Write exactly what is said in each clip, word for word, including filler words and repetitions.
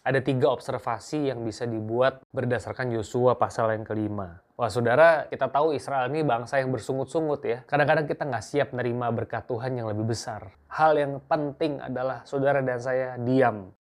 Ada tiga observasi yang bisa dibuat berdasarkan Yosua pasal yang kelima. Wah saudara, kita tahu Israel ini bangsa yang bersungut-sungut ya. Kadang-kadang kita nggak siap nerima berkat Tuhan yang lebih besar. Hal yang penting adalah saudara dan saya diam.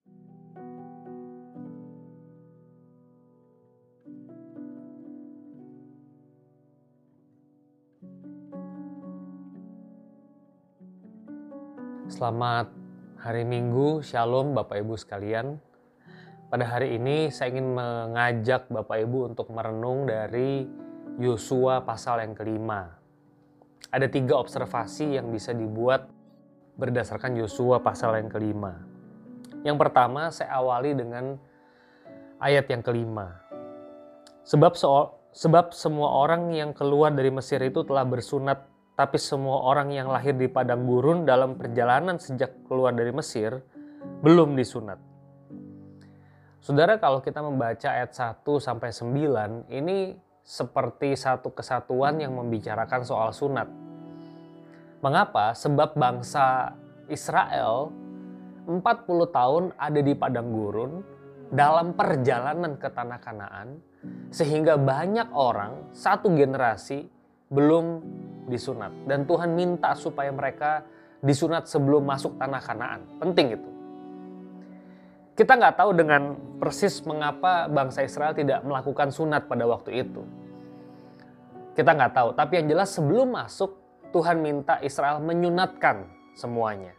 Selamat hari Minggu, Shalom Bapak Ibu sekalian. Pada hari ini saya ingin mengajak Bapak Ibu untuk merenung dari Yosua pasal yang kelima. Ada tiga observasi yang bisa dibuat berdasarkan Yosua pasal yang kelima. Yang pertama saya awali dengan ayat yang kelima. Sebab, so, sebab semua orang yang keluar dari Mesir itu telah bersunat, tapi semua orang yang lahir di padang gurun dalam perjalanan sejak keluar dari Mesir belum disunat. Saudara, kalau kita membaca ayat satu sampai sembilan, ini seperti satu kesatuan yang membicarakan soal sunat. Mengapa? Sebab bangsa Israel empat puluh tahun ada di padang gurun dalam perjalanan ke tanah Kanaan, sehingga banyak orang, satu generasi belum disunat. Dan Tuhan minta supaya mereka disunat sebelum masuk tanah Kanaan. Penting itu. Kita nggak tahu dengan persis mengapa bangsa Israel tidak melakukan sunat pada waktu itu. Kita nggak tahu, tapi yang jelas sebelum masuk, Tuhan minta Israel menyunatkan semuanya.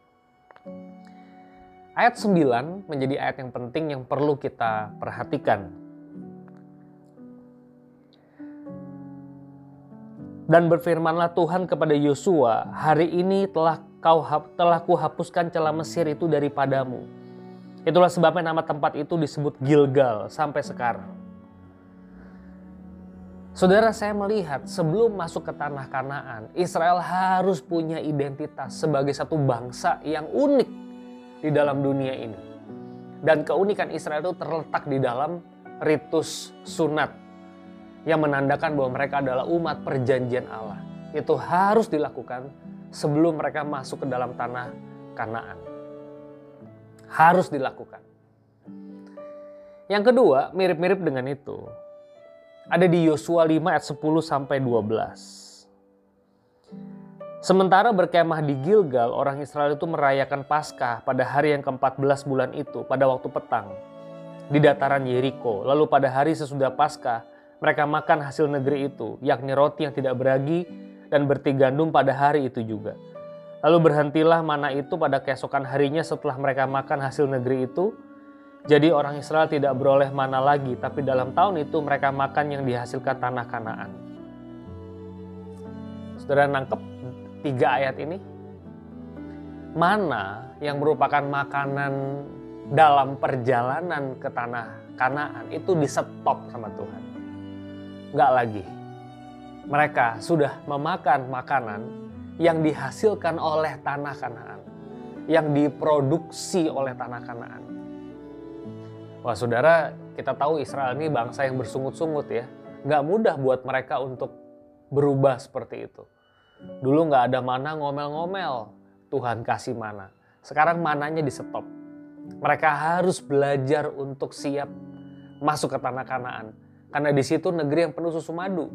Ayat sembilan menjadi ayat yang penting yang perlu kita perhatikan. Dan berfirmanlah Tuhan kepada Yosua, hari ini telah kau telah kuhapuskan celah Mesir itu daripadamu. Itulah sebabnya nama tempat itu disebut Gilgal sampai sekarang. Saudara, saya melihat sebelum masuk ke tanah Kanaan, Israel harus punya identitas sebagai satu bangsa yang unik di dalam dunia ini. Dan keunikan Israel itu terletak di dalam ritus sunat yang menandakan bahwa mereka adalah umat perjanjian Allah. Itu harus dilakukan sebelum mereka masuk ke dalam tanah Kanaan. Harus dilakukan. Yang kedua, mirip-mirip dengan itu. Ada di Yosua lima ayat sepuluh sampai dua belas. Sementara berkemah di Gilgal, orang Israel itu merayakan Paskah pada hari yang keempat belas bulan itu, pada waktu petang, di dataran Yeriko. Lalu pada hari sesudah Paskah, mereka makan hasil negeri itu, yakni roti yang tidak beragi dan berti gandum pada hari itu juga. Lalu berhentilah mana itu pada keesokan harinya setelah mereka makan hasil negeri itu. Jadi orang Israel tidak beroleh mana lagi, tapi dalam tahun itu mereka makan yang dihasilkan tanah Kanaan. Saudara nangkep tiga ayat ini? Mana yang merupakan makanan dalam perjalanan ke tanah Kanaan itu di-stop sama Tuhan. Nggak lagi. Mereka sudah memakan makanan yang dihasilkan oleh tanah Kanaan, yang diproduksi oleh tanah Kanaan. Wah saudara, kita tahu Israel ini bangsa yang bersungut-sungut ya. Gak mudah buat mereka untuk berubah seperti itu. Dulu gak ada mana ngomel-ngomel, Tuhan kasih mana. Sekarang mananya di stop. Mereka harus belajar untuk siap masuk ke tanah Kanaan. Karena di situ negeri yang penuh susu madu.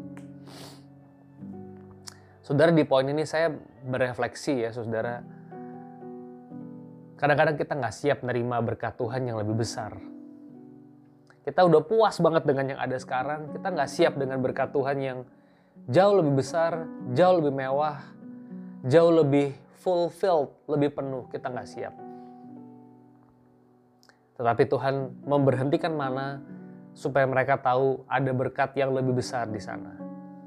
Saudara, di poin ini saya berefleksi ya saudara. Kadang-kadang kita gak siap nerima berkat Tuhan yang lebih besar. Kita udah puas banget dengan yang ada sekarang. Kita gak siap dengan berkat Tuhan yang jauh lebih besar, jauh lebih mewah, jauh lebih fulfilled, lebih penuh. Kita gak siap. Tetapi Tuhan memberhentikan mana supaya mereka tahu ada berkat yang lebih besar di sana.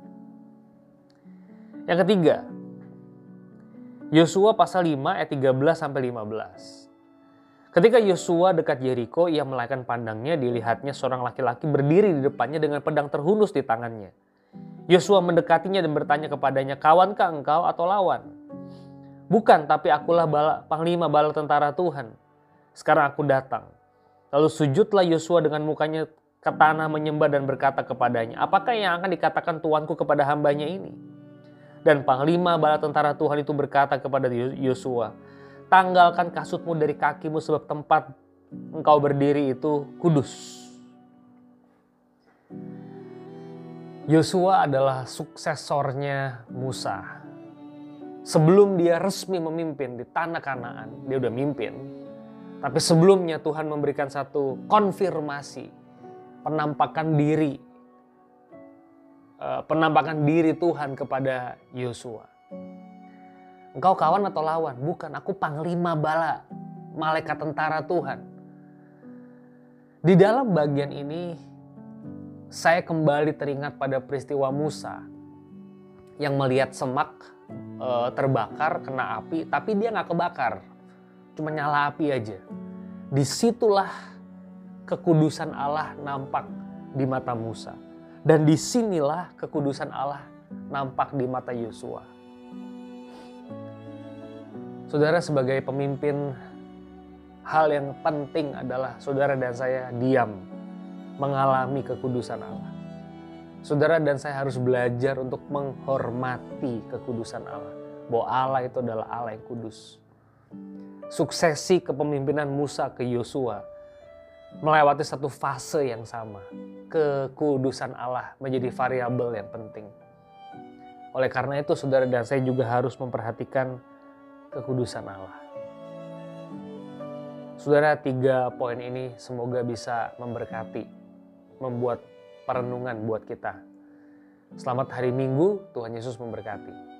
Yang ketiga, Yosua pasal lima ayat tiga belas sampai lima belas. Ketika Yosua dekat Yeriko, ia melaikan pandangnya, dilihatnya seorang laki-laki berdiri di depannya dengan pedang terhunus di tangannya. Yosua mendekatinya dan bertanya kepadanya, "Kawankah engkau atau lawan?" "Bukan, tapi akulah bala, panglima bala tentara Tuhan. Sekarang aku datang." Lalu sujudlah Yosua dengan mukanya ke tanah menyembah dan berkata kepadanya, "Apakah yang akan dikatakan tuanku kepada hambanya ini?" Dan panglima bala tentara Tuhan itu berkata kepada Yosua, "Tanggalkan kasutmu dari kakimu sebab tempat engkau berdiri itu kudus. Yosua adalah suksesornya Musa. Sebelum dia resmi memimpin di tanah Kanaan, dia udah mimpin. Tapi sebelumnya Tuhan memberikan satu konfirmasi, penampakan diri, penampakan diri Tuhan kepada Yosua. Engkau kawan atau lawan? Bukan, aku panglima bala, malaikat tentara Tuhan. Di dalam bagian ini, saya kembali teringat pada peristiwa Musa yang melihat semak e, terbakar, kena api, tapi dia nggak kebakar, cuma nyala api aja. Disitulah kekudusan Allah nampak di mata Musa, dan disinilah kekudusan Allah nampak di mata Yosua. Saudara, sebagai pemimpin, hal yang penting adalah saudara dan saya diam, mengalami kekudusan Allah. Saudara dan saya harus belajar untuk menghormati kekudusan Allah. Bahwa Allah itu adalah Allah yang kudus. Suksesi kepemimpinan Musa ke Yosua melewati satu fase yang sama. Kekudusan Allah menjadi variabel yang penting. Oleh karena itu saudara dan saya juga harus memperhatikan kekudusan Allah. Saudara, tiga poin ini semoga bisa memberkati, membuat perenungan buat kita. Selamat hari Minggu, Tuhan Yesus memberkati.